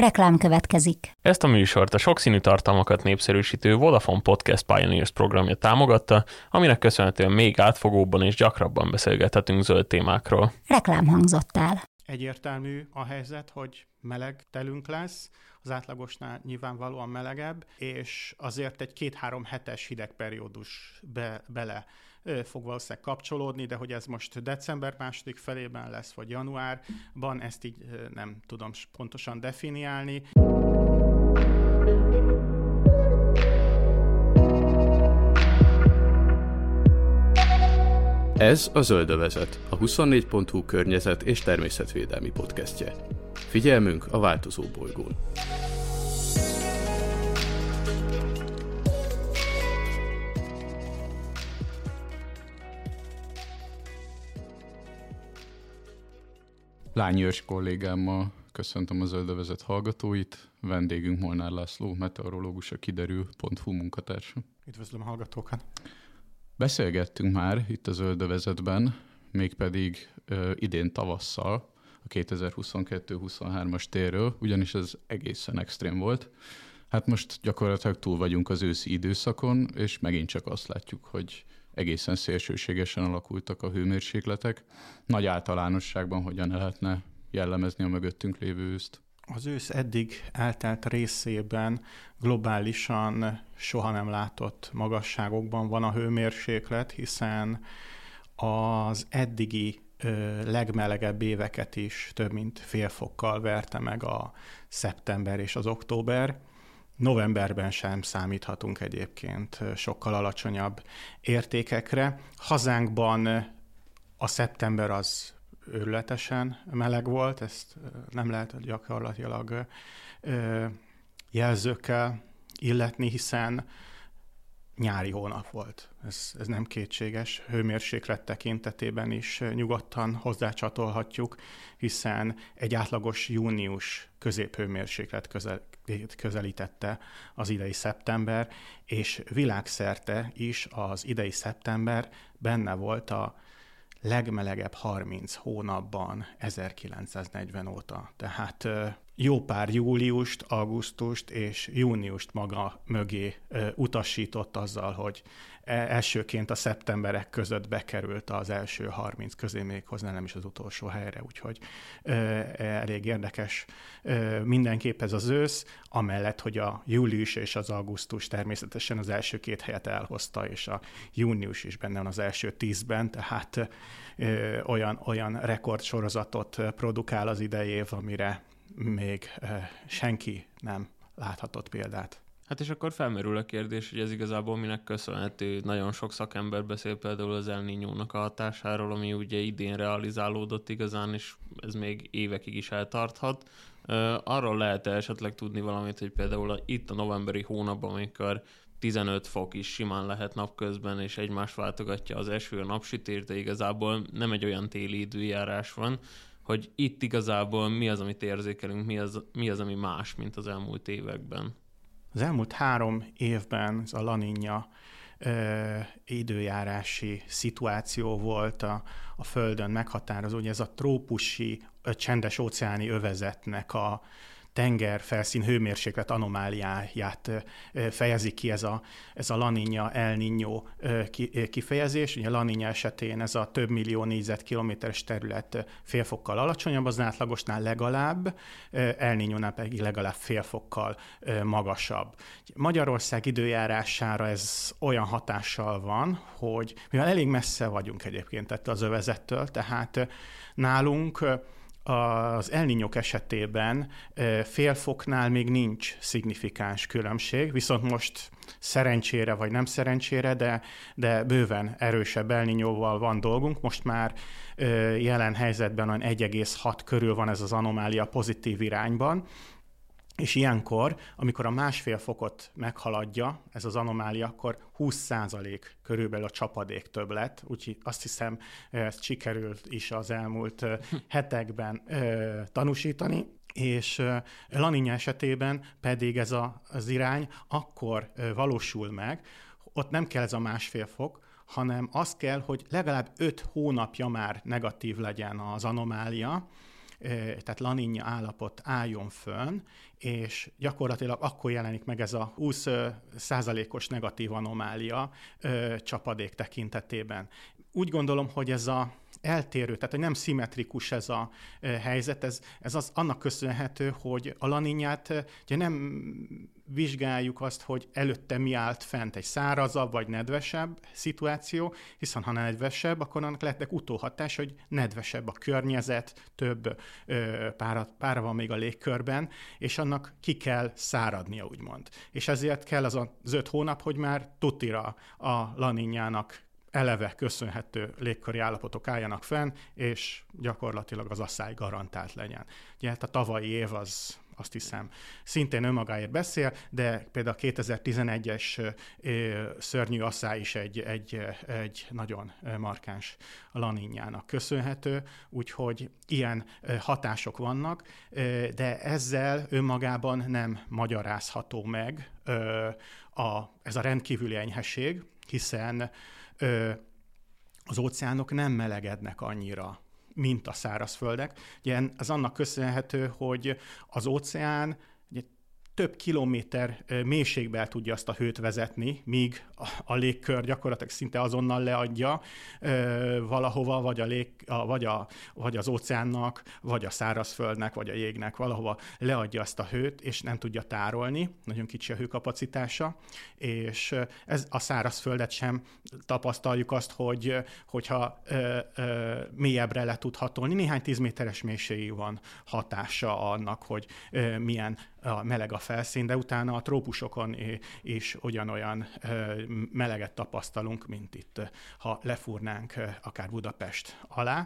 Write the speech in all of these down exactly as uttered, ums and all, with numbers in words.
Reklám következik. Ezt a műsort a sokszínű tartalmakat népszerűsítő Vodafone Podcast Pioneers programja támogatta, aminek köszönhetően még átfogóbban és gyakrabban beszélgethetünk zöld témákról. Reklám hangzott el. Egyértelmű a helyzet, hogy meleg telünk lesz, az átlagosnál nyilvánvalóan melegebb, és azért egy két-három hetes hideg periódus be, bele fog valószínűleg kapcsolódni, de hogy ez most december második felében lesz, vagy januárban, ezt így nem tudom pontosan definiálni. Ez a Zöldövezet, a huszonnégy pont hu környezet- és természetvédelmi podcastje. Figyelmünk a változó bolygón. Lányi Ős kollégámmal köszöntöm a Zöldövezet hallgatóit. Vendégünk Molnár László, meteorológus, a kiderül pont hu munkatársa. Üdvözlöm a hallgatókat! Beszélgettünk már itt a Zöldövezetben, mégpedig ö, idén tavasszal, a kétezer-huszonkettő huszonhármas térről, ugyanis ez egészen extrém volt. Hát most gyakorlatilag túl vagyunk az őszi időszakon, és megint csak azt látjuk, hogy egészen szélsőségesen alakultak a hőmérsékletek. Nagy általánosságban hogyan lehetne jellemezni a mögöttünk lévő őszt? Az ősz eddig eltelt részében globálisan soha nem látott magasságokban van a hőmérséklet, hiszen az eddigi ö, legmelegebb éveket is több mint fél fokkal verte meg a szeptember és az október. Novemberben sem számíthatunk egyébként sokkal alacsonyabb értékekre. Hazánkban a szeptember az őrületesen meleg volt, ezt nem lehet gyakorlatilag jelzőkkel illetni, hiszen nyári hónap volt. Ez, ez nem kétséges. Hőmérséklet tekintetében is nyugodtan hozzácsatolhatjuk, hiszen egy átlagos június középhőmérséklet közel, közelítette az idei szeptember, és világszerte is az idei szeptember benne volt a legmelegebb harminc hónapban ezerkilencszáznegyven óta. Tehát jó pár júliust, augusztust és júniust maga mögé utasított azzal, hogy elsőként a szeptemberek között bekerült az első harminc közé, még hozzá nem is az utolsó helyre, úgyhogy elég érdekes mindenképp ez az ősz, amellett, hogy a július és az augusztus természetesen az első két helyet elhozta, és a június is benne van az első tízben, tehát olyan, olyan rekordsorozatot produkál az idei év, amire még senki nem láthatott példát. Hát és akkor felmerül a kérdés, hogy ez igazából minek köszönhető. Nagyon sok szakember beszél például az El Niñónak a hatásáról, ami ugye idén realizálódott igazán, és ez még évekig is eltarthat. Arról lehet esetleg tudni valamit, hogy például itt a novemberi hónapban, amikor tizenöt fok is simán lehet napközben, és egymást váltogatja az eső, a napsütés, de igazából nem egy olyan téli időjárás van, hogy itt igazából mi az, amit érzékelünk, mi az, mi az, ami más, mint az elmúlt években. Az elmúlt három évben ez a La Niña ö, időjárási szituáció volt a, a Földön meghatározó, hogy ez a trópusi, ö, csendes óceáni övezetnek a tengerfelszín hőmérséklet anomáliáját fejezi ki ez a, ez a La Niña, El Niño kifejezés. Ugye La Niña esetén ez a több millió négyzetkilométeres terület fél fokkal alacsonyabb az átlagosnál legalább, El Niñónál pedig legalább fél fokkal magasabb. Magyarország időjárására ez olyan hatással van, hogy mivel elég messze vagyunk egyébként ettől az övezettől, tehát nálunk az El Niñók esetében fél foknál még nincs szignifikáns különbség, viszont most szerencsére vagy nem szerencsére, de, de bőven erősebb El Niñóval van dolgunk. Most már jelen helyzetben olyan egy egész hat körül van ez az anomália pozitív irányban, és ilyenkor, amikor a másfél fokot meghaladja ez az anomália, akkor húsz százalék körülbelül a csapadék többlet, úgyhogy azt hiszem, ezt sikerült is az elmúlt hetekben ö, tanúsítani, és La Niña esetében pedig ez a, az irány akkor ö, valósul meg, ott nem kell ez a másfél fok, hanem az kell, hogy legalább öt hónapja már negatív legyen az anomália, tehát La Niña állapot álljon fönn, és gyakorlatilag akkor jelenik meg ez a húsz százalékos negatív anomália csapadék tekintetében. Úgy gondolom, hogy ez a eltérő, tehát hogy nem szimmetrikus ez a helyzet, ez, ez az annak köszönhető, hogy a La Niñát ugye nem vizsgáljuk azt, hogy előtte mi állt fent, egy szárazabb vagy nedvesebb szituáció, hiszen ha nedvesebb, akkor annak lehetnek utóhatás, hogy nedvesebb a környezet, több ö, pára, pára van még a légkörben, és annak ki kell száradnia, úgymond. És ezért kell az az öt hónap, hogy már tutira a La Niñának eleve köszönhető légköri állapotok álljanak fenn, és gyakorlatilag az asszály garantált legyen. Ugye hát a tavalyi év az, azt hiszem, szintén önmagáért beszél, de például a kétezer-tizenegyes szörnyű asszály is egy, egy, egy nagyon markáns La Niñának köszönhető, úgyhogy ilyen hatások vannak, de ezzel önmagában nem magyarázható meg a, ez a rendkívüli enyhesség, hiszen az óceánok nem melegednek annyira, mint a szárazföldek. Ugye ez annak köszönhető, hogy az óceán ugye, több kilométer mélységbe el tudja azt a hőt vezetni, míg a légkör gyakorlatilag szinte azonnal leadja valahova, vagy, a lég, vagy, a, vagy az óceánnak, vagy a szárazföldnek, vagy a jégnek valahova leadja azt a hőt, és nem tudja tárolni, nagyon kicsi a hőkapacitása, és ez a szárazföldet sem tapasztaljuk azt, hogy, hogyha ö, ö, mélyebbre le tud hatolni. Néhány tízméteres mélységig van hatása annak, hogy ö, milyen a meleg a felszín, de utána a trópusokon is ugyanolyan meleget tapasztalunk, mint itt, ha lefúrnánk akár Budapest alá.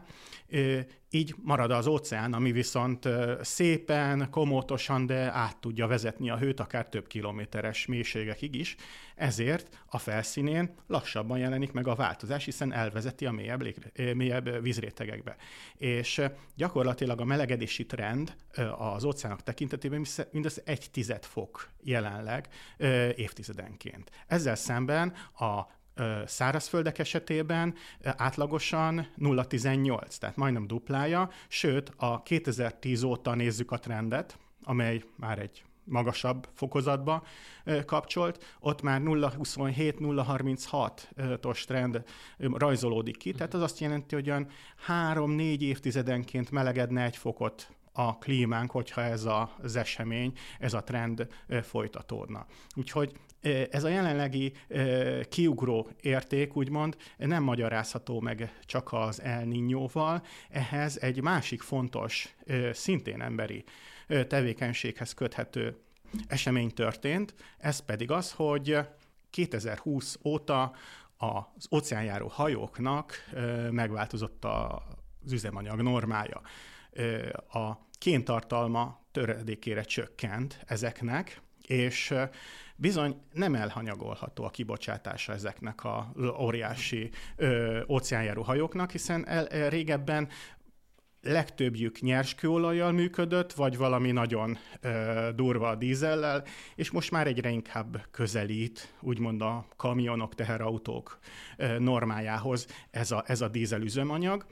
Így marad az óceán, ami viszont szépen, komótosan, de át tudja vezetni a hőt akár több kilométeres mélységekig is. Ezért a felszínén lassabban jelenik meg a változás, hiszen elvezeti a mélyebb, légre, mélyebb vízrétegekbe. És gyakorlatilag a melegedési trend az óceánok tekintetében mindössze egy tized fok jelenleg évtizedenként. Ezzel szemben a szárazföldek esetében átlagosan nulla egész tizennyolc, tehát majdnem duplája, sőt a kétezer-tíz óta nézzük a trendet, amely már egy magasabb fokozatba kapcsolt, ott már nulla egész huszonhét nulla egész harminchat-os trend rajzolódik ki, tehát az azt jelenti, hogy olyan három-négy évtizedenként melegedne egy fokot a klímánk, hogyha ez a, az esemény, ez a trend folytatódna. Úgyhogy ez a jelenlegi kiugró érték, úgymond, nem magyarázható meg csak az El Niñóval. Ehhez egy másik fontos, szintén emberi tevékenységhez köthető esemény történt, ez pedig az, hogy kétezer-húsz óta az óceánjáró hajóknak megváltozott az üzemanyag normája. A kéntartalma töredékére csökkent ezeknek, és bizony nem elhanyagolható a kibocsátása ezeknek a óriási ö, óceánjáró hajóknak, hiszen el, régebben legtöbbjük nyerskőolajjal működött, vagy valami nagyon ö, durva a dízellel, és most már egyre inkább közelít, úgymond a kamionok, teherautók ö, normájához ez a, ez a dízelüzemanyag.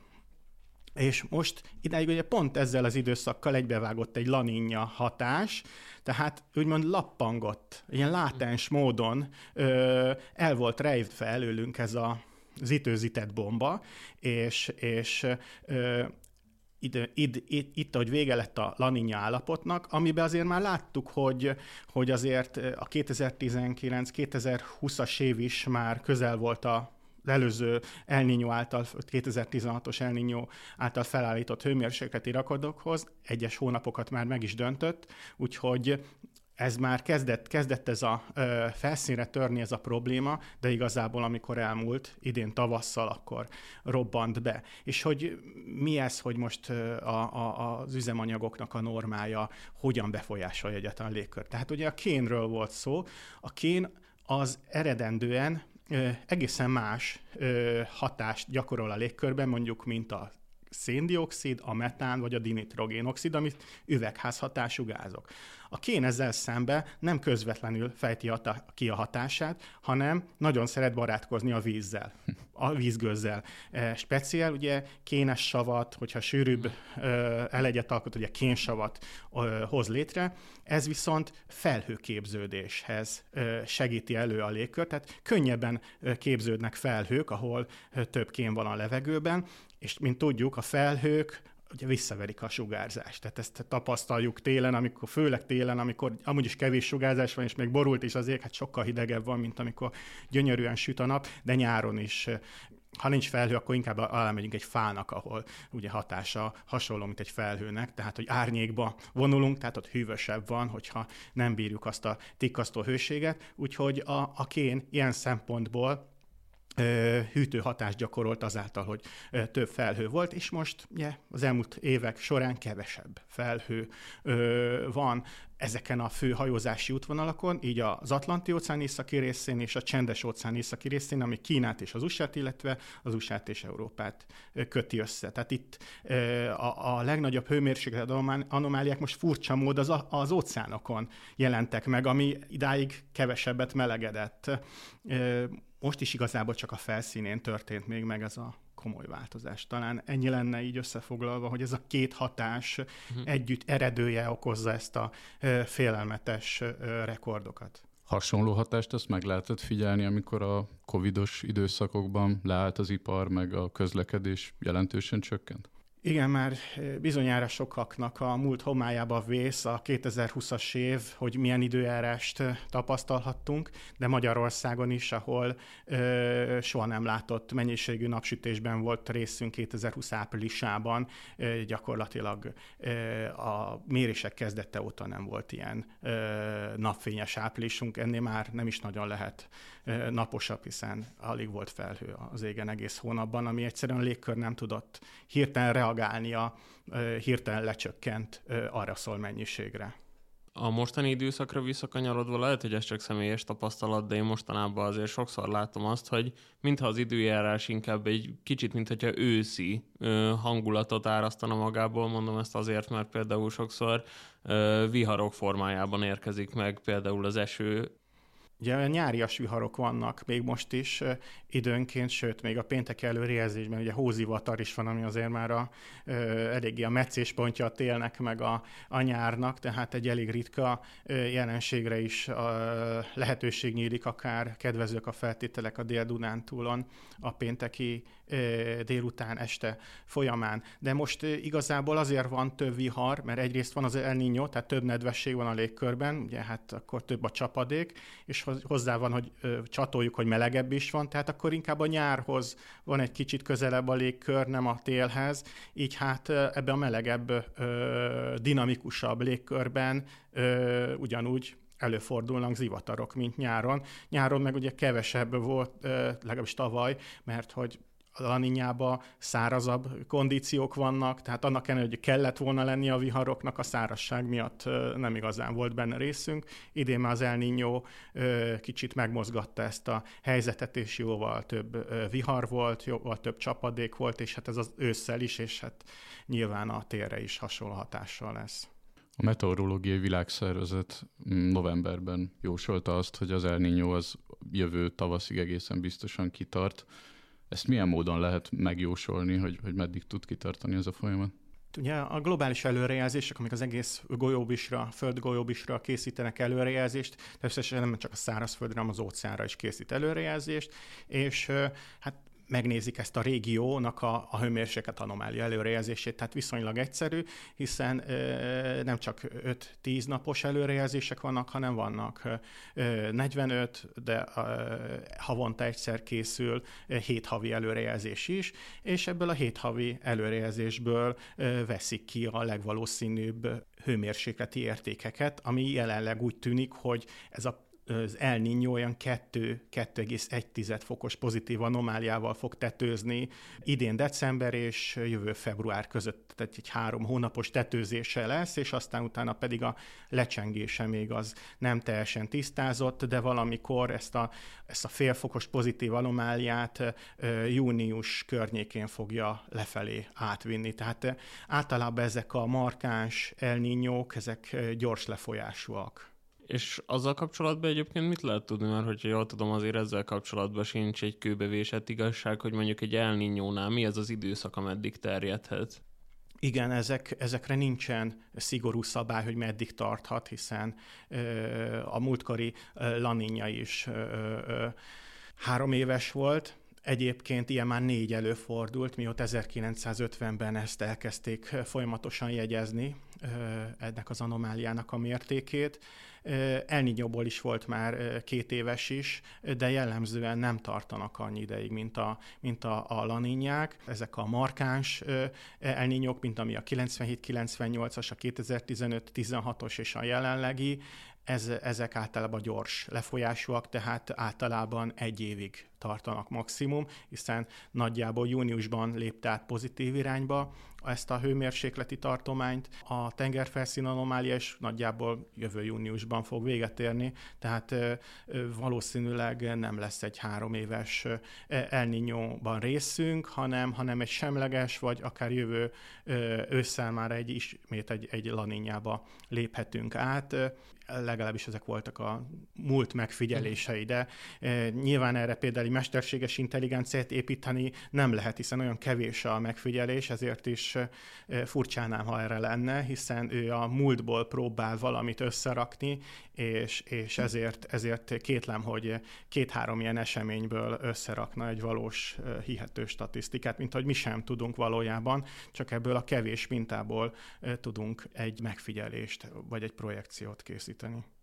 És most idáig ugye pont ezzel az időszakkal egybevágott egy La Niña hatás, tehát úgymond lappangott, ilyen látens módon ö, el volt rejtve előlünk ez a, az időzített bomba, és, és ö, Id, id, id, itt, ahogy vége lett a La Niña állapotnak, amiben azért már láttuk, hogy, hogy azért a kétezer-tizenkilenc kétezer-húszas év is már közel volt a az előző El Niño által, kétezer-tizenhatos El Niño által felállított hőmérsékleti rekordokhoz, egyes hónapokat már meg is döntött, úgyhogy ez már kezdett, kezdett ez a ö, felszínre törni ez a probléma, de igazából amikor elmúlt idén tavasszal, akkor robbant be. És hogy mi ez, hogy most a, a, az üzemanyagoknak a normája hogyan befolyásolja egyáltalán a légkört. Tehát ugye a kénről volt szó, a kén az eredendően egészen más hatást gyakorol a légkörben, mondjuk, mint a széndioxid, a metán vagy a dinitrogénoxid, amit üvegházhatású gázok. A kén ezzel szemben nem közvetlenül fejti ki a hatását, hanem nagyon szeret barátkozni a vízzel, a vízgőzzel. Speciál ugye kénes savat, hogyha sűrűbb elegyet alkot, ugye kénsavat hoz létre, ez viszont felhőképződéshez segíti elő a légkört, tehát könnyebben képződnek felhők, ahol több kén van a levegőben, és mint tudjuk, a felhők ugye visszaverik a sugárzást. Tehát ezt tapasztaljuk télen, amikor, főleg télen, amikor amúgy is kevés sugárzás van, és még borult is az ég, hát sokkal hidegebb van, mint amikor gyönyörűen süt a nap, de nyáron is, ha nincs felhő, akkor inkább alámegyünk egy fának, ahol ugye hatása hasonló, mint egy felhőnek, tehát hogy árnyékba vonulunk, tehát ott hűvösebb van, hogyha nem bírjuk azt a tikkasztó hőséget, úgyhogy a, a kén ilyen szempontból hűtő hatást gyakorolt azáltal, hogy több felhő volt, és most ugye, az elmúlt évek során kevesebb felhő van ezeken a fő hajózási útvonalakon, így az Atlanti-óceán északi részén és a Csendes-óceán északi részén, ami Kínát és az u es á-t, illetve az u es á-t és Európát köti össze. Tehát itt a, a legnagyobb hőmérséklet anomáliák most furcsa mód az, az óceánokon jelentek meg, ami idáig kevesebbet melegedett. Most is igazából csak a felszínén történt még meg ez a komoly változás. Talán ennyi lenne így összefoglalva, hogy ez a két hatás uh-huh. együtt eredője okozza ezt a félelmetes rekordokat. Hasonló hatást ezt meg lehetett figyelni, amikor a covidos időszakokban leállt az ipar, meg a közlekedés jelentősen csökkent? Igen, már bizonyára sokaknak a múlt homályába vész a kétezer-húszas év, hogy milyen időjárást tapasztalhattunk, de Magyarországon is, ahol ö, soha nem látott mennyiségű napsütésben volt részünk kétezer-húsz áprilisában, ö, gyakorlatilag ö, a mérések kezdete óta nem volt ilyen ö, napfényes áprilisunk, ennél már nem is nagyon lehet ö, naposabb, hiszen alig volt felhő az égen egész hónapban, ami egyszerűen a légkör nem tudott hirtelen reagálni, reagálnia, hirtelen lecsökkent arra szól mennyiségre. A mostani időszakra visszakanyarodva lehet, hogy ez csak személyes tapasztalat, de én mostanában azért sokszor látom azt, hogy mintha az időjárás inkább egy kicsit, mint hogyha őszi hangulatot árasztana magából, mondom ezt azért, mert például sokszor viharok formájában érkezik meg például az eső. Ugye nyárias viharok vannak még most is időnként, sőt, még a pénteki előrejelzésben ugye hózivatar is van, ami azért már a, ö, eléggé a meccéspontja a télnek meg a, a nyárnak, tehát egy elég ritka ö, jelenségre is ö, lehetőség nyílik, akár kedvezők a feltételek a Dél-Dunántúlon a pénteki ö, délután este folyamán. De most ö, igazából azért van több vihar, mert egyrészt van az El Niño, tehát több nedvesség van a légkörben, ugye hát akkor több a csapadék, és hozzá van, hogy ö, csatoljuk, hogy melegebb is van, tehát akkor inkább a nyárhoz van egy kicsit közelebb a légkör, nem a télhez, így hát ebbe a melegebb, ö, dinamikusabb légkörben ö, ugyanúgy előfordulnak zivatarok, mint nyáron. Nyáron meg ugye kevesebb volt, ö, legalábbis tavaly, mert hogy a La Niñában szárazabb kondíciók vannak, tehát annak ellenére, hogy kellett volna lenni a viharoknak, a szárazság miatt nem igazán volt benne részünk. Idén már az El Niño kicsit megmozgatta ezt a helyzetet, és jóval több vihar volt, jóval több csapadék volt, és hát ez az ősszel is, és hát nyilván a térre is hasonló hatással lesz. A Meteorológiai Világszervezet novemberben jósolta azt, hogy az El Niño az jövő tavaszig egészen biztosan kitart. Ezt milyen módon lehet megjósolni, hogy, hogy meddig tud kitartani ez a folyamat? Ugye a globális előrejelzések, amik az egész golyóbisra, földgolyóbisra készítenek előrejelzést, természetesen nem csak a szárazföldre, hanem az óceánra is készít előrejelzést, és hát megnézik ezt a régiónak a, a hőmérséklet anomália előrejelzését, tehát viszonylag egyszerű, hiszen ö, nem csak öt-tíz napos előrejelzések vannak, hanem vannak ö, negyvenöt, de ö, havonta egyszer készül ö, hét havi előrejelzés is, és ebből a hét havi előrejelzésből ö, veszik ki a legvalószínűbb hőmérsékleti értékeket, ami jelenleg úgy tűnik, hogy ez a az El Niño olyan kettő egész egy fokos pozitív anomáliával fog tetőzni idén december és jövő február között, tehát egy három hónapos tetőzése lesz, és aztán utána pedig a lecsengése még az nem teljesen tisztázott, de valamikor ezt a, ezt a félfokos pozitív anomáliát június környékén fogja lefelé átvinni. Tehát általában ezek a markáns El Niñók, ezek gyors lefolyásúak. És azzal kapcsolatban egyébként mit lehet tudni, mert hogyha jól tudom, azért ezzel kapcsolatban sincs egy kőbevésett igazság, hogy mondjuk egy El Niñónál mi ez az időszak, ameddig terjedhet? Igen, ezek, ezekre nincsen szigorú szabály, hogy meddig tarthat, hiszen ö, a múltkori ö, La Niña is ö, ö, három éves volt. Egyébként ilyen már négy előfordult, mióta ezerkilencszázötvenben ezt elkezdték folyamatosan jegyezni, ennek az anomáliának a mértékét. El Niñóból is volt már két éves is, de jellemzően nem tartanak annyi ideig, mint a, mint a, a La Niñák. Ezek a markáns El Niñók, mint ami a kilencvenhét kilencvennyolcas, a kétezer-tizenöt tizenhatos és a jelenlegi, Ez, ezek általában gyors lefolyásúak, tehát általában egy évig tartanak maximum, hiszen nagyjából júniusban lépte át pozitív irányba ezt a hőmérsékleti tartományt. A tengerfelszín anomália is nagyjából jövő júniusban fog véget érni, tehát valószínűleg nem lesz egy három éves El Niñóban részünk, hanem, hanem egy semleges, vagy akár jövő ősszel már egy ismét egy, egy La Niñába léphetünk át. Legalábbis ezek voltak a múlt megfigyelései, de e, nyilván erre például egy mesterséges intelligenciát építeni nem lehet, hiszen olyan kevés a megfigyelés, ezért is e, furcsánám, ha erre lenne, hiszen ő a múltból próbál valamit összerakni, és, és ezért, ezért kétlem, hogy két-három ilyen eseményből összerakna egy valós, hihető statisztikát, mint hogy mi sem tudunk valójában, csak ebből a kevés mintából e, tudunk egy megfigyelést, vagy egy projekciót készíteni.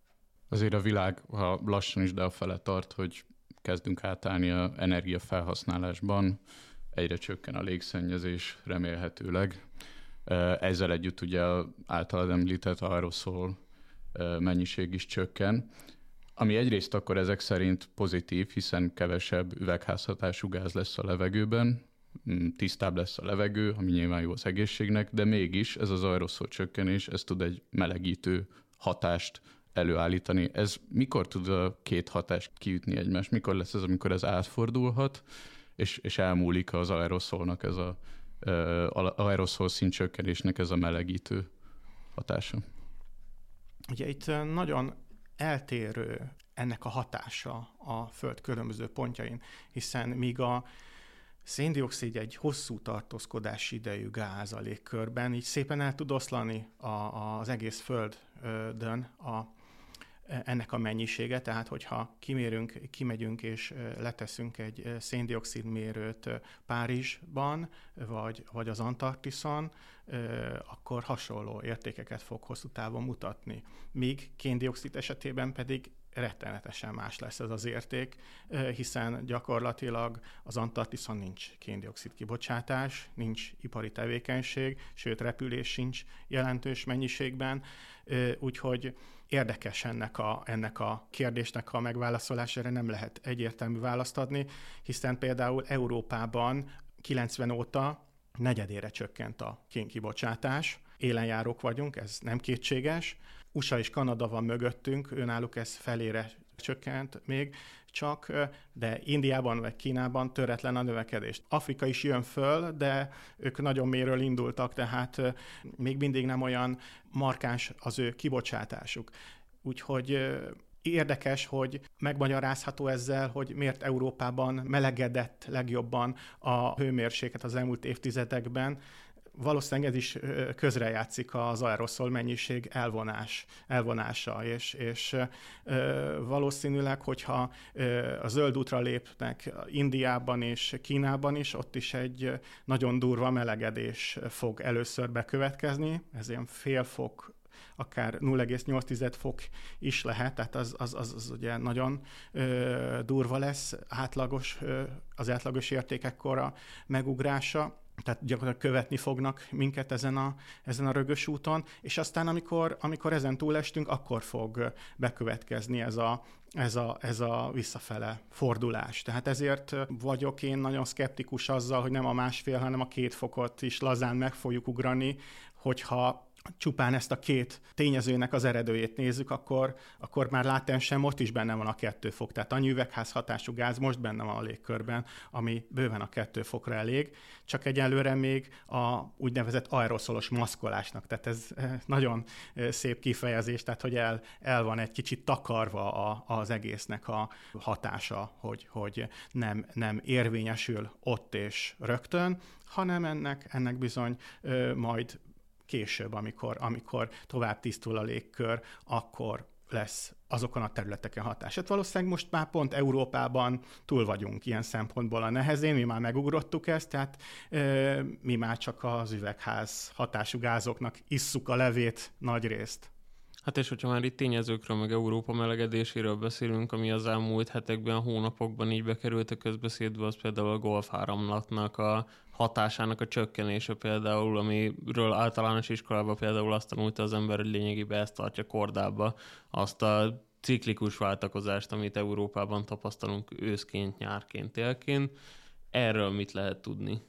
Azért a világ, ha lassan is, de a fele tart, hogy kezdünk átállni az energiafelhasználásban, egyre csökken a légszennyezés remélhetőleg. Ezzel együtt ugye általad említett aeroszol mennyiség is csökken, ami egyrészt akkor ezek szerint pozitív, hiszen kevesebb üvegházhatású gáz lesz a levegőben, tisztább lesz a levegő, ami nyilván jó az egészségnek, de mégis ez az aeroszol csökkenés, ez tud egy melegítő hatást előállítani. Ez mikor tud a két hatás kiütni egymást? Mikor lesz ez, amikor ez átfordulhat, és, és elmúlik az aeroszolnak ez a uh, aeroszol szintcsökkenésnek ez a melegítő hatása? Ugye itt nagyon eltérő ennek a hatása a Föld különböző pontjain, hiszen míg a széndioxid egy hosszú tartózkodási idejű gáz a légkörben, így szépen el tud oszlani a, a, az egész Földön a, ennek a mennyisége, tehát hogyha kimérünk, kimegyünk és leteszünk egy széndioxid mérőt Párizsban, vagy, vagy az Antarktiszon, akkor hasonló értékeket fog hosszú távon mutatni. Míg kén-dioxid esetében pedig rettenetesen más lesz ez az érték, hiszen gyakorlatilag az Antarktiszon nincs kén-dioxid kibocsátás, nincs ipari tevékenység, sőt repülés sincs jelentős mennyiségben, úgyhogy érdekes ennek a, ennek a kérdésnek a megválaszolására, nem lehet egyértelmű választ adni, hiszen például Európában kilencven óta negyedére csökkent a kénkibocsátás, élenjárók vagyunk, ez nem kétséges. u es á és Kanada van mögöttünk, őnáluk ez felére csökkent még csak, de Indiában vagy Kínában töretlen a növekedés. Afrika is jön föl, de ők nagyon mélyről indultak, tehát még mindig nem olyan markáns az ő kibocsátásuk. Úgyhogy érdekes, hogy megmagyarázható ezzel, hogy miért Európában melegedett legjobban a hőmérséklet az elmúlt évtizedekben. Valószínűleg ez is közrejátszik az aeroszol mennyiség elvonás, elvonása, és, és valószínűleg, hogyha a zöld útra lépnek Indiában és Kínában is, ott is egy nagyon durva melegedés fog először bekövetkezni, ez ilyen fél fok, akár nulla egész nyolc fok is lehet, tehát az, az, az, az ugye nagyon ö, durva lesz átlagos, ö, az átlagos értékekkor a megugrása. tehát gyakorlatilag követni fognak minket ezen a, ezen a rögös úton, és aztán amikor, amikor ezen túlestünk, akkor fog bekövetkezni ez a, ez a, ez a visszafele fordulás. Tehát ezért vagyok én nagyon szkeptikus azzal, hogy nem a másfél, hanem a két fokot is lazán meg fogjuk ugrani, hogyha csupán ezt a két tényezőnek az eredőjét nézzük, akkor, akkor már látensen most is benne van a kettő fok. Tehát annyi üvegházhatású gáz most benne van a légkörben, ami bőven a kettő fokra elég. Csak egyelőre még a úgynevezett aeroszolos maszkolásnak. Tehát ez nagyon szép kifejezés, tehát hogy el, el van egy kicsit takarva a, az egésznek a hatása, hogy, hogy nem, nem érvényesül ott és rögtön, hanem ennek, ennek bizony ö, majd később, amikor, amikor tovább tisztul a légkör, akkor lesz azokon a területeken hatás. Hát valószínűleg most már pont Európában túl vagyunk ilyen szempontból a nehezén, mi már megugrottuk ezt, tehát ö, mi már csak az üvegház hatású gázoknak isszuk a levét nagy részt. Hát és hogyha már itt tényezőkről, meg Európa melegedéséről beszélünk, ami az elmúlt hetekben, hónapokban így bekerült a közbeszédbe, az például a Golf áramlatnak a hatásának a csökkenése például, amiről általános iskolában például azt tanulta az ember, hogy lényegében ezt tartja kordába, azt a ciklikus váltakozást, amit Európában tapasztalunk őszként, nyárként, télként. Erről mit lehet tudni?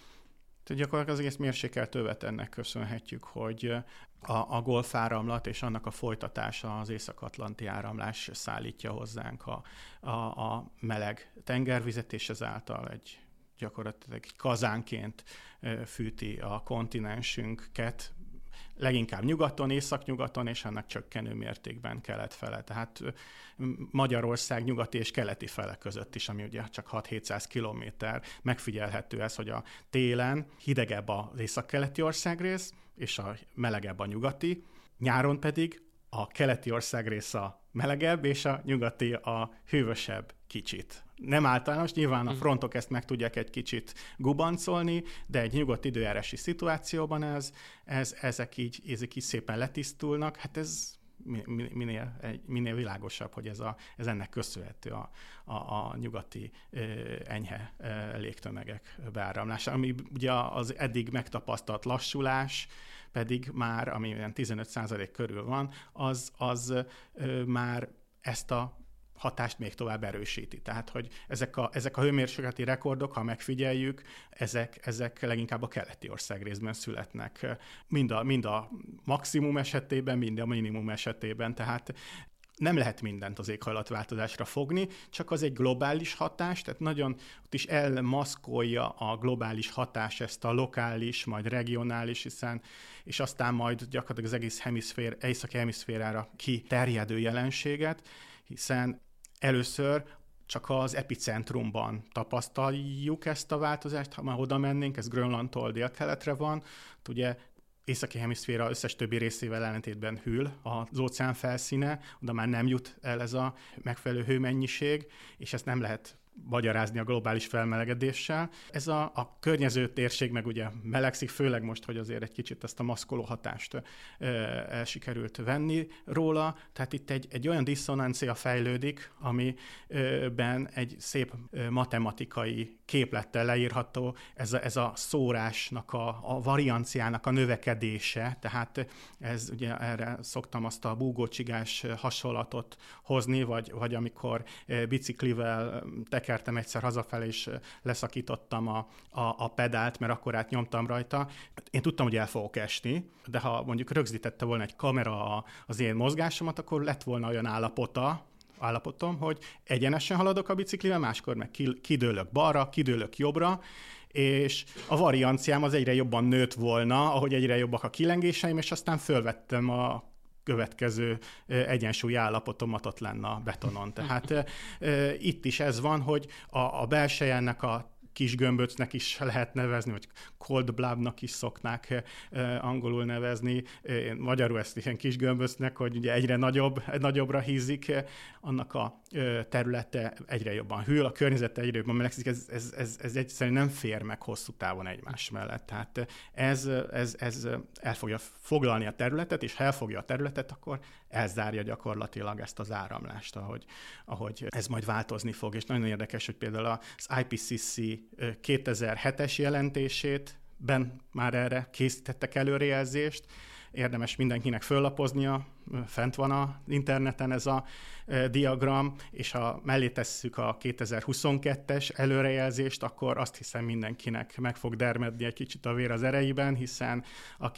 Tehát gyakorlatilag az egész mérsékelt övet ennek köszönhetjük, hogy a, a Golf áramlat és annak a folytatása, az Észak-Atlanti áramlás szállítja hozzánk a, a, a meleg tengervizet, és ezáltal egy gyakorlatilag egy kazánként fűti a kontinensünket, leginkább nyugaton, északnyugaton, és annak csökkenő mértékben kelet fele. Tehát Magyarország nyugati és keleti fele között is, ami ugye csak hat-hétszáz kilométer, megfigyelhető ez, hogy a télen hidegebb az északkeleti országrész, és a melegebb a nyugati, nyáron pedig a keleti országrész a melegebb, és a nyugati a hűvösebb kicsit. Nem általános, nyilván a frontok ezt meg tudják egy kicsit gubancolni, de egy nyugodt időjárási szituációban ez, ez, ezek, így, ezek így szépen letisztulnak. Hát ez minél, minél világosabb, hogy ez, a, ez ennek köszönhető a, a, a nyugati ö, enyhe ö, légtömegek beáramlása, ami ugye az eddig megtapasztalt lassulás, pedig már, ami olyan tizenöt százalék körül van, az, az ö, már ezt a hatást még tovább erősíti. Tehát, hogy ezek a, ezek a hőmérsékleti rekordok, ha megfigyeljük, ezek, ezek leginkább a keleti országrészben születnek. Mind a, mind a maximum esetében, mind a minimum esetében. Tehát nem lehet mindent az éghajlatváltozásra fogni, csak az egy globális hatás, tehát nagyon ott is elmaszkolja a globális hatás ezt a lokális, majd regionális, hiszen, és aztán majd gyakorlatilag az egész hemiszfér, északi hemiszférára kiterjedő jelenséget, hiszen először csak az epicentrumban tapasztaljuk ezt a változást, ha már oda mennénk, ez Grönlandtól délkeletre van, ugye északi hemiszféra összes többi részével ellentétben hűl az óceán felszíne, oda már nem jut el ez a megfelelő hőmennyiség, és ezt nem lehet magyarázni a globális felmelegedéssel. Ez a, a környező térség meg ugye melegszik, főleg most, hogy azért egy kicsit ezt a maszkoló hatást e, el sikerült venni róla. Tehát itt egy, egy olyan diszonancia fejlődik, amiben egy szép matematikai képlettel leírható ez a, ez a szórásnak, a, a varianciának a növekedése. Tehát ez ugye erre szoktam azt a búgócsigás hasonlatot hozni, vagy, vagy amikor biciklivel tekertem egyszer hazafelé, és leszakítottam a, a, a pedált, mert akkor átnyomtam rajta. Én tudtam, hogy el fogok esni, de ha mondjuk rögzítette volna egy kamera az én mozgásomat, akkor lett volna olyan állapota, állapotom, hogy egyenesen haladok a biciklivel, máskor meg kidőlök balra, kidőlök jobbra, és a varianciám az egyre jobban nőtt volna, ahogy egyre jobbak a kilengéseim, és aztán fölvettem a következő egyensúly állapotomat ott lenne a betonon. Tehát e, itt is ez van, hogy a, a belseje ennek a kis gömböcnek is lehet nevezni, vagy cold blobnak is szoknák e, angolul nevezni. Én magyarul ezt ilyen kis gömböcnek, hogy ugye egyre nagyobb, nagyobbra hízik, annak a e, területe egyre jobban hűl, a környezete egyre jobban melegszik, ez, ez, ez, ez egyszerűen nem fér meg hosszú távon egymás mellett. Tehát ez, ez, ez el fogja foglalni a területet, és ha elfogja a területet, akkor elzárja gyakorlatilag ezt az áramlást, ahogy, ahogy ez majd változni fog. És nagyon érdekes, hogy például az I P C C kétezer-hetes jelentését, ben már erre készítettek előrejelzést, érdemes mindenkinek föllapoznia, fent van az interneten ez a diagram, és ha mellé tesszük a kétezer-huszonkettes előrejelzést, akkor azt hiszem mindenkinek meg fog dermedni egy kicsit a vér az ereiben, hiszen a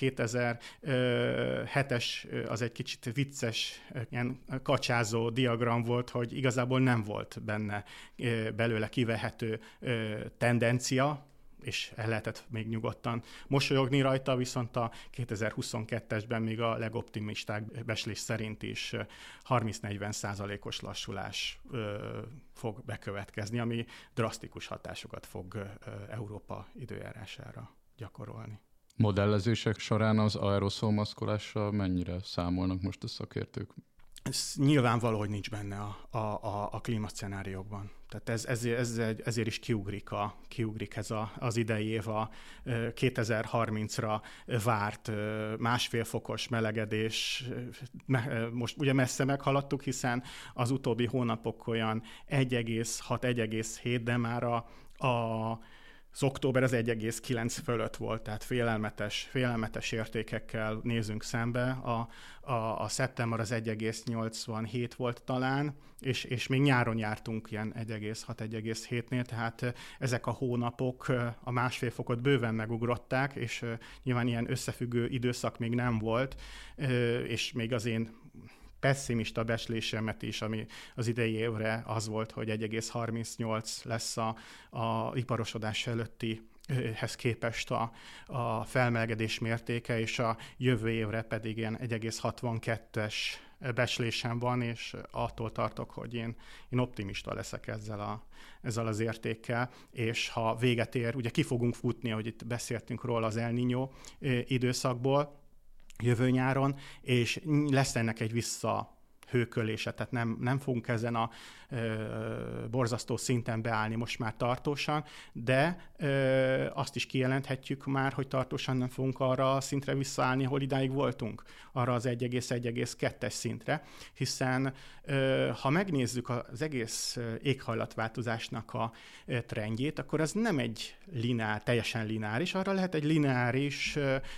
kétezer-hetes az egy kicsit vicces, ilyen kacsázó diagram volt, hogy igazából nem volt benne belőle kivehető tendencia, és el lehetett még nyugodtan mosolyogni rajta, viszont a kétezer-huszonkettesben még a legoptimisták becslés szerint is harminc-negyven százalékos lassulás ö, fog bekövetkezni, ami drasztikus hatásokat fog ö, Európa időjárására gyakorolni. Modellezések során az aeroszolmaszkolással mennyire számolnak most a szakértők? Ez nyilvánvaló, hogy nincs benne a, a, a, a klímaszcenáriókban. Tehát ez, ezért, ezért, ezért is kiugrik, a, kiugrik ez a, az idei év a kétezer-harmincra várt másfél fokos melegedés. Most ugye messze meghaladtuk, hiszen az utóbbi hónapok olyan egy egész hat - egy egész hét, de már a, a az október az egy egész kilenc fölött volt, tehát félelmetes, félelmetes értékekkel nézünk szembe. A, a, a szeptember az egy egész nyolcvanhét volt talán, és, és még nyáron jártunk ilyen egy egész hat - egy egész hétnél, tehát ezek a hónapok a másfél fokot bőven megugrották, és nyilván ilyen összefüggő időszak még nem volt, és még az én pessimista becslésemet is, ami az idei évre az volt, hogy egy egész harmincnyolc lesz a, a iparosodás előttihez képest a, a felmelegedés mértéke, és a jövő évre pedig ilyen egy egész hatvankettes becslésem van, és attól tartok, hogy én, én optimista leszek ezzel, a, ezzel az értékkel, és ha véget ér, ugye ki fogunk futni, ahogy itt beszéltünk róla az El Niño időszakból, jövő nyáron, és lesz ennek egy visszahőkölése, tehát nem, nem fogunk ezen a ö, borzasztó szinten beállni most már tartósan, de ö, azt is kijelenthetjük már, hogy tartósan nem fogunk arra a szintre visszaállni, ahol idáig voltunk, arra az egy egész egy egész kettes szintre, hiszen ö, ha megnézzük az egész éghajlatváltozásnak a trendjét, akkor az nem egy lineár, teljesen lineáris, arra lehet egy lineáris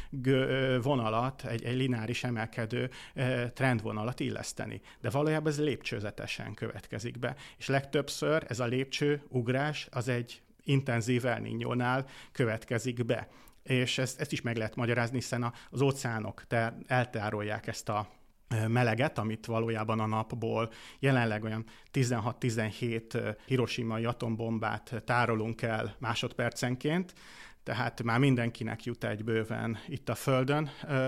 gö- vonalat, egy, egy lineáris emelkedő trendvonalat illeszteni. De valójában ez lépcsőzetesen következik be. És legtöbbször ez a lépcső ugrás az egy intenzív El Niñónál következik be. És ezt, ezt is meg lehet magyarázni, hiszen az óceánok te, eltárolják ezt a meleget, amit valójában a napból jelenleg olyan tizenhat-tizenhét hiroshimai atombombát tárolunk el másodpercenként, tehát már mindenkinek jut egy bőven itt a Földön,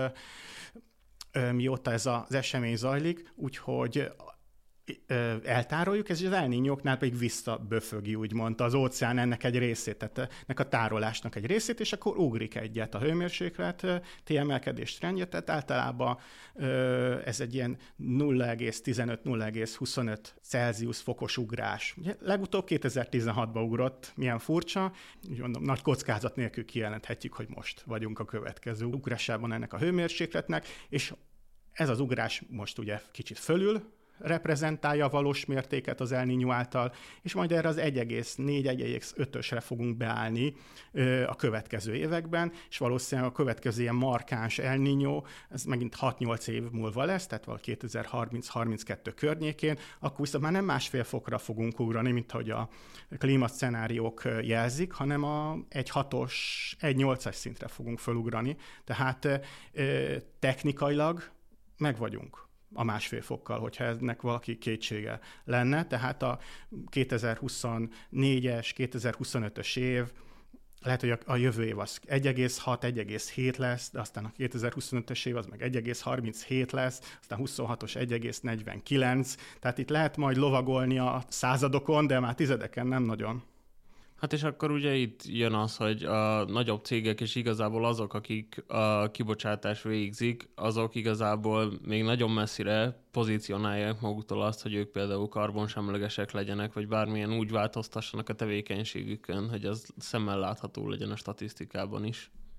mióta ez az esemény zajlik, úgyhogy eltároljuk, ez az El Niñóknál pedig visszaböfögi, úgymond az óceán ennek egy részét, tehát ennek a tárolásnak egy részét, és akkor ugrik egyet a hőmérséklet emelkedés trendje, tehát általában ez egy ilyen nulla egész tizenöt - nulla egész huszonöt Celsius fokos ugrás. Ugye, legutóbb kétezer-tizenhatban ugrott, milyen furcsa, úgy mondom, nagy kockázat nélkül kijelenthetjük, hogy most vagyunk a következő ugrásában ennek a hőmérsékletnek, és ez az ugrás most ugye kicsit fölül reprezentálja a valós mértéket az El Niño által, és majd erre az egy egész négy - egy egész ötösre fogunk beállni ö, a következő években, és valószínűleg a következő ilyen markáns El Niño, ez megint hat-nyolc év múlva lesz, tehát valahogy kétezer-harminc - harminckettő környékén, akkor viszont már nem másfél fokra fogunk ugrani, mint ahogy a klímaszcenáriók jelzik, hanem a egy hatos, egy nyolcas szintre fogunk fölugrani, tehát ö, technikailag meg vagyunk a másfél fokkal, hogyha ennek valaki kétsége lenne. Tehát a kétezer-huszonnégyes, kétezer-huszonötös év, lehet, hogy a jövő év az egy egész hat - egy egész hét lesz, de aztán a kétezer-huszonötös év az meg egy egész harminchét lesz, aztán huszonhatos egy egész negyvenkilenc, tehát itt lehet majd lovagolni a századokon, de már tizedeken nem nagyon. Hát és akkor ugye itt jön az, hogy a nagyobb cégek és igazából azok, akik a kibocsátás végzik, azok igazából még nagyon messzire pozícionálják maguktól azt, hogy ők például karbonsemlegesek legyenek, vagy bármilyen úgy változtassanak a tevékenységükön, hogy az szemmel látható legyen a statisztikában is.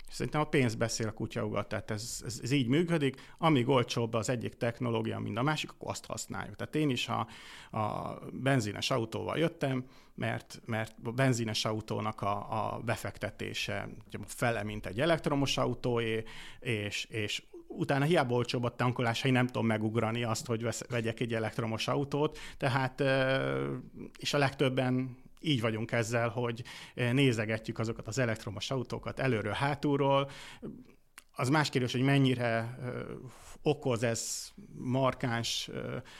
Szerintem a pénz beszél a kutyaugat, tehát ez, ez, ez így működik. Amíg olcsóbb az egyik technológia, mint a másik, akkor azt használjuk. Tehát én is a, a benzines autóval jöttem, mert, mert a benzines autónak a, a befektetése fele, mint egy elektromos autóé, és, és utána hiába olcsóbb a tankolás, ha én nem tudom megugrani azt, hogy vesz, vegyek egy elektromos autót. Tehát, és a legtöbben így vagyunk ezzel, hogy nézegetjük azokat az elektromos autókat előről, hátulról. Az más kérdés, hogy mennyire okoz ez markáns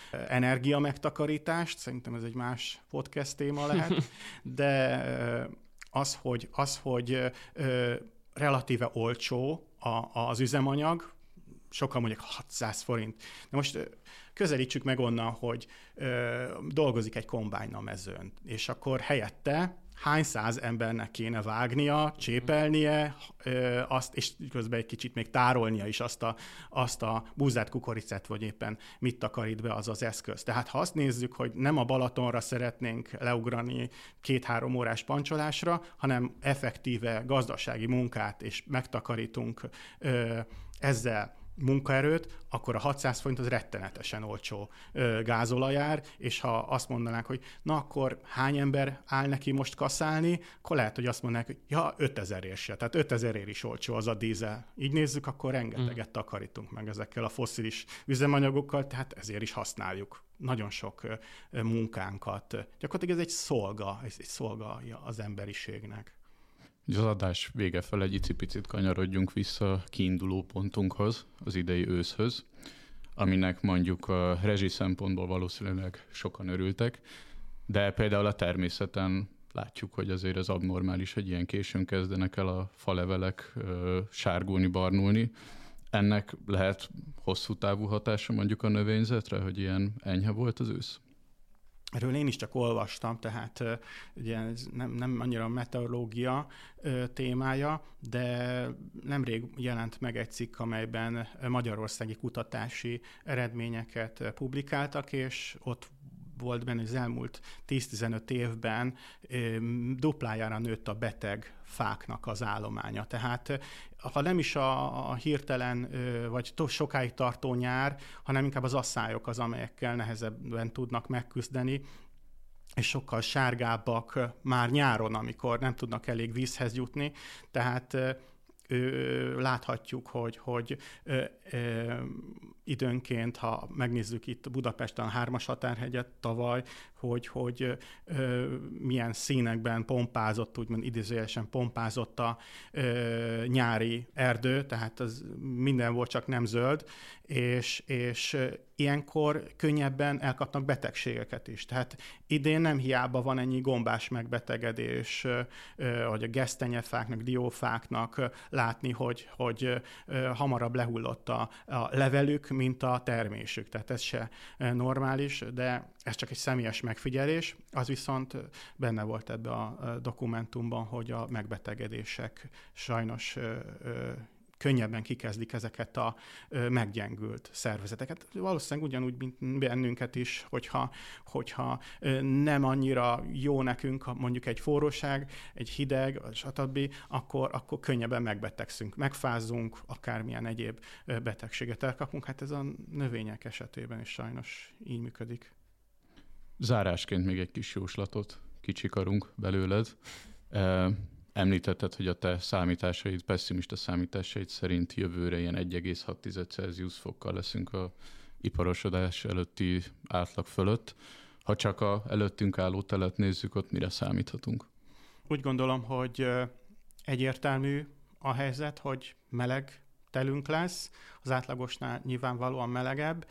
energiamegtakarítást, szerintem ez egy más podcast téma lehet, de az, hogy, az, hogy relatíve olcsó az üzemanyag, sokan mondják hatszáz forint. De most közelítsük meg onnan, hogy ö, dolgozik egy kombájn a mezőn, és akkor helyette hány száz embernek kéne vágnia, csépelnie, ö, azt, és közben egy kicsit még tárolnia is azt a, azt a búzát, kukoricát, vagy éppen mit takarít be az az eszköz. Tehát ha azt nézzük, hogy nem a Balatonra szeretnénk leugrani két-három órás pancsolásra, hanem effektíve gazdasági munkát, és megtakarítunk ö, ezzel munkaerőt, akkor a hatszáz forint az rettenetesen olcsó ö, gázolajár, és ha azt mondanák, hogy na akkor hány ember áll neki most kaszálni, akkor lehet, hogy azt mondanák, hogy ja, ötezerért se, tehát ötezerért is olcsó az a dízel. Így nézzük, akkor rengeteget mm. takarítunk meg ezekkel a fosszilis üzemanyagokkal, tehát ezért is használjuk nagyon sok ö, munkánkat. Gyakorlatilag ez egy szolga, ez egy szolga az emberiségnek. Az adás vége fel egy icipicit kanyarodjunk vissza a kiinduló pontunkhoz, az idei őszhöz, aminek mondjuk a rezsi szempontból valószínűleg sokan örültek, de például a természeten látjuk, hogy azért az abnormális, hogy ilyen későn kezdenek el a falevelek ö, sárgulni, barnulni. Ennek lehet hosszú távú hatása mondjuk a növényzetre, hogy ilyen enyhe volt az ősz? Erről én is csak olvastam, tehát ugye ez nem, nem annyira meteorológia témája, de nemrég jelent meg egy cikk, amelyben magyarországi kutatási eredményeket publikáltak, és ott volt benne, hogy az elmúlt tíz-tizenöt évben duplájára nőtt a beteg fáknak az állománya. Tehát ha nem is a, a hirtelen vagy sokáig tartó nyár, hanem inkább az asszályok az, amelyekkel nehezebben tudnak megküzdeni, és sokkal sárgábbak már nyáron, amikor nem tudnak elég vízhez jutni. Tehát ö, láthatjuk, hogy, hogy ö, ö, időnként, ha megnézzük itt Budapesten a Hármas határhegyet tavaly, hogy, hogy ö, milyen színekben pompázott, úgymond idézőjelesen pompázott a ö, nyári erdő, tehát az minden volt, csak nem zöld, és, és ilyenkor könnyebben elkapnak betegségeket is. Tehát idén nem hiába van ennyi gombás megbetegedés, hogy a gesztenyefáknak, diófáknak látni, hogy, hogy hamarabb lehullott a, a levelük, mint a termésük. Tehát ez se normális, de ez csak egy személyes megfigyelés. Az viszont benne volt ebbe a dokumentumban, hogy a megbetegedések sajnos könnyebben kikezdik ezeket a ö, meggyengült szervezeteket. Valószínűleg ugyanúgy, mint bennünket is, hogyha, hogyha ö, nem annyira jó nekünk mondjuk egy forróság, egy hideg, stb., akkor, akkor könnyebben megbetegszünk, megfázunk, akármilyen egyéb ö, betegséget elkapunk. Hát ez a növények esetében is sajnos így működik. Zárásként még egy kis jóslatot kicsikarunk belőled. E- Említetted, hogy a te számításaid, pessimista számításaid szerint jövőre ilyen egy egész hat Celsius fokkal leszünk a iparosodás előtti átlag fölött. Ha csak a előttünk álló telet nézzük, ott mire számíthatunk? Úgy gondolom, hogy egyértelmű a helyzet, hogy meleg telünk lesz, az átlagosnál nyilvánvalóan melegebb,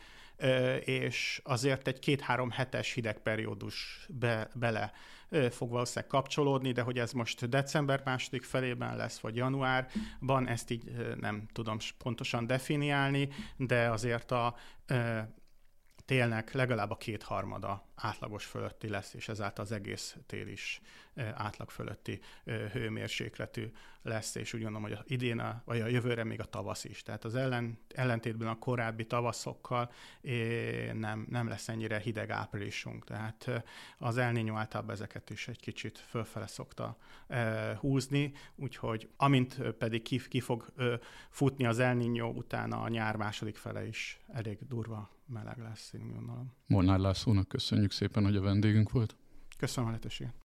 és azért egy két-három hetes hidegperiódus be, bele fog valószínűleg kapcsolódni, de hogy ez most december második felében lesz, vagy januárban, ezt így nem tudom pontosan definiálni, de azért a télnek legalább a kétharmada átlagos fölötti lesz, és ezáltal az egész tél is átlag fölötti hőmérsékletű lesz, és úgy gondolom, hogy a idén, a, vagy a jövőre még a tavasz is. Tehát az ellen, ellentétben a korábbi tavaszokkal nem, nem lesz ennyire hideg áprilisunk. Tehát az El Niño általában ezeket is egy kicsit fölfele szokta húzni, úgyhogy amint pedig ki, ki fog futni az El Niño, utána a nyár második fele is elég durva meleg lesz, én gondolom. Molnár Lászlónak köszönjük szépen, hogy a vendégünk volt. Köszönöm a lehetőséget.